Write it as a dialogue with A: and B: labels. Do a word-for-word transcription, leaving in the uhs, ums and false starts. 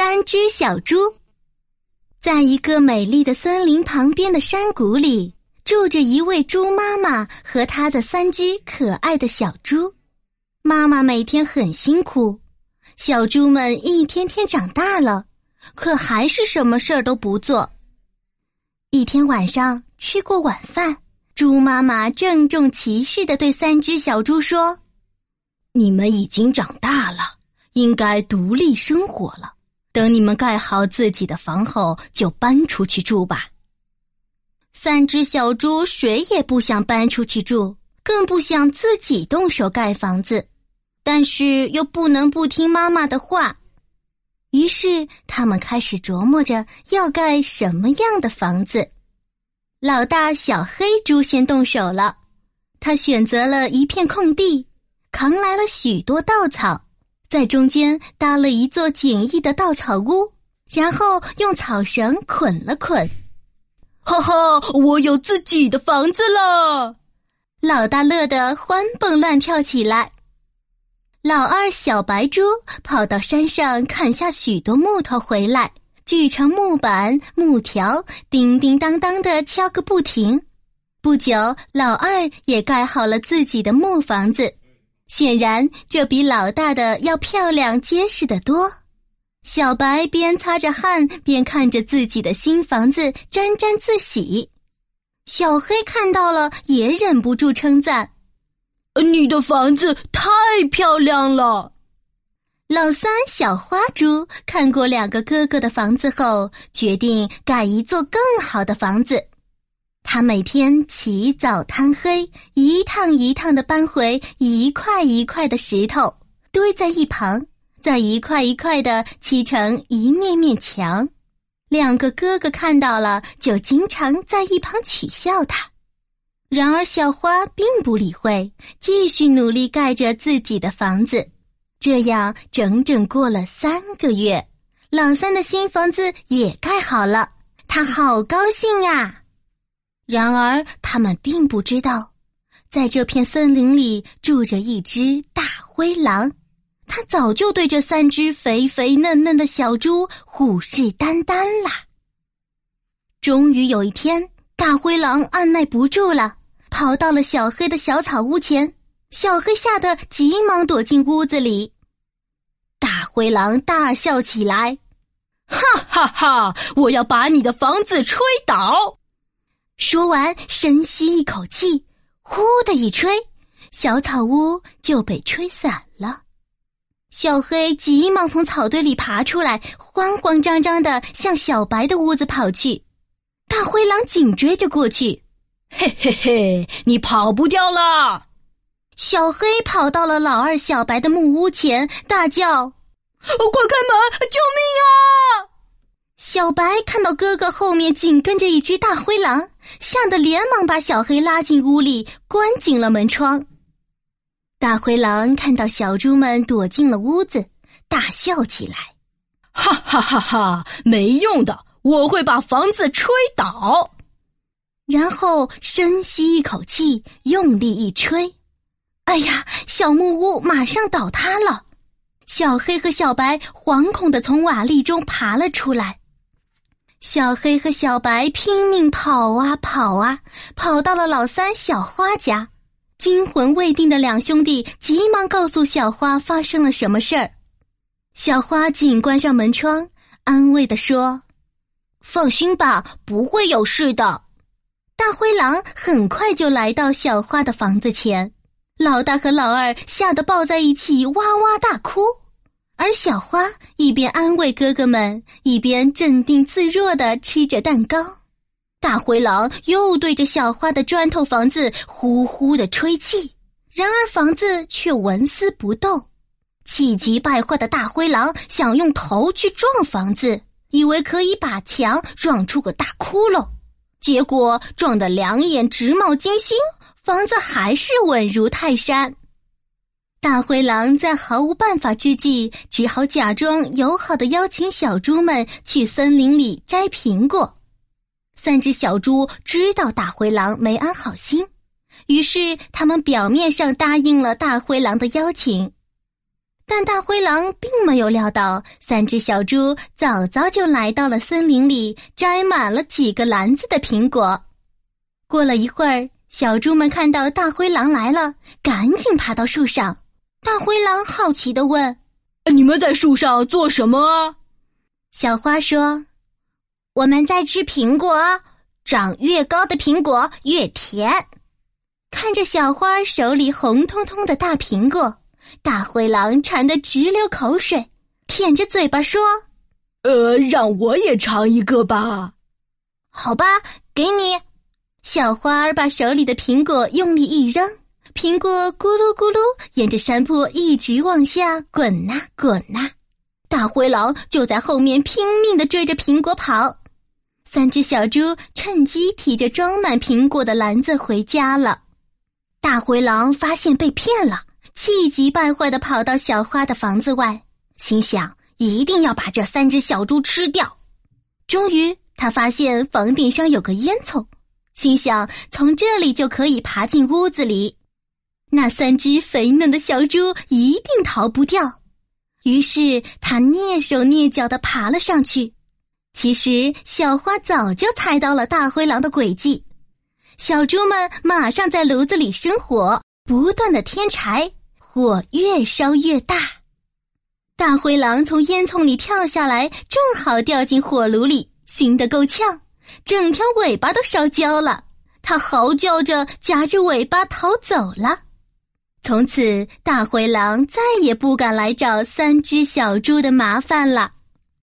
A: 三只小猪。在一个美丽的森林旁边的山谷里，住着一位猪妈妈和她的三只可爱的小猪。妈妈每天很辛苦，小猪们一天天长大了，可还是什么事儿都不做。一天晚上吃过晚饭，猪妈妈郑重其事地对三只小猪说：你们已经长大了，应该独立生活了。等你们盖好自己的房后，就搬出去住吧。三只小猪谁也不想搬出去住，更不想自己动手盖房子，但是又不能不听妈妈的话。于是他们开始琢磨着要盖什么样的房子。老大小黑猪先动手了，他选择了一片空地，扛来了许多稻草，在中间搭了一座简易的稻草屋，然后用草绳捆了捆。
B: 哈哈，我有自己的房子了！
A: 老大乐得欢蹦乱跳起来。老二小白猪跑到山上砍下许多木头回来，锯成木板、木条，叮叮当当地敲个不停。不久，老二也盖好了自己的木房子。显然这比老大的要漂亮结实得多。小白边擦着汗边看着自己的新房子沾沾自喜。小黑看到了也忍不住称赞：
B: 你的房子太漂亮了。
A: 老三小花猪看过两个哥哥的房子后，决定盖一座更好的房子。他每天起早贪黑，一趟一趟地搬回一块一块的石头，堆在一旁，再一块一块地砌成一面面墙。两个哥哥看到了，就经常在一旁取笑他。然而小花并不理会，继续努力盖着自己的房子。这样整整过了三个月，老三的新房子也盖好了，他好高兴啊！然而他们并不知道，在这片森林里住着一只大灰狼，它早就对这三只肥肥嫩嫩的小猪虎视眈眈啦。终于有一天，大灰狼按耐不住了，跑到了小黑的小草屋前。小黑吓得急忙躲进屋子里。大灰狼大笑起来：
B: 哈哈哈，我要把你的房子吹倒！
A: 说完深吸一口气，呼的一吹，小草屋就被吹散了。小黑急忙从草堆里爬出来，慌慌张张地向小白的屋子跑去。大灰狼紧追着过去。
B: 嘿嘿嘿，你跑不掉了！
A: 小黑跑到了老二小白的木屋前，大叫：
B: 快开门，救命啊！
A: 小白看到哥哥后面紧跟着一只大灰狼，吓得连忙把小黑拉进屋里，关紧了门窗。大灰狼看到小猪们躲进了屋子，大笑起来：
B: 哈哈哈哈，没用的，我会把房子吹倒。
A: 然后深吸一口气，用力一吹，哎呀，小木屋马上倒塌了。小黑和小白惶恐地从瓦砾中爬了出来。小黑和小白拼命跑啊跑啊，跑到了老三小花家。惊魂未定的两兄弟急忙告诉小花发生了什么事儿。小花紧关上门窗，安慰地说：放心吧，不会有事的。大灰狼很快就来到小花的房子前，老大和老二吓得抱在一起哇哇大哭，而小花一边安慰哥哥们，一边镇定自若地吃着蛋糕。大灰狼又对着小花的砖头房子呼呼地吹气，然而房子却纹丝不动。气急败坏的大灰狼想用头去撞房子，以为可以把墙撞出个大窟窿，结果撞得两眼直冒金星，房子还是稳如泰山。大灰狼在毫无办法之际，只好假装友好地邀请小猪们去森林里摘苹果。三只小猪知道大灰狼没安好心，于是他们表面上答应了大灰狼的邀请。 但大灰狼并没有料到，三只小猪早早就来到了森林里，摘满了几个篮子的苹果。过了一会儿，小猪们看到大灰狼来了，赶紧爬到树上。大灰狼好奇地问：
B: 你们在树上做什么啊？
A: 小花说：我们在吃苹果，长越高的苹果越甜。看着小花手里红彤彤的大苹果，大灰狼馋得直流口水，舔着嘴巴说：
B: 呃，让我也尝一个吧。
A: 好吧，给你。小花儿把手里的苹果用力一扔，苹果咕噜咕噜沿着山坡一直往下滚呐滚呐，大灰狼就在后面拼命地追着苹果跑。三只小猪趁机提着装满苹果的篮子回家了。大灰狼发现被骗了，气急败坏地跑到小花的房子外，心想一定要把这三只小猪吃掉。终于他发现房顶上有个烟囱，心想从这里就可以爬进屋子里，那三只肥嫩的小猪一定逃不掉。于是他蹑手蹑脚地爬了上去。其实小花早就猜到了大灰狼的诡计，小猪们马上在炉子里生火，不断地添柴，火越烧越大。大灰狼从烟囱里跳下来，正好掉进火炉里，熏得够呛，整条尾巴都烧焦了。它嚎叫着夹着尾巴逃走了。从此大灰狼再也不敢来找三只小猪的麻烦了。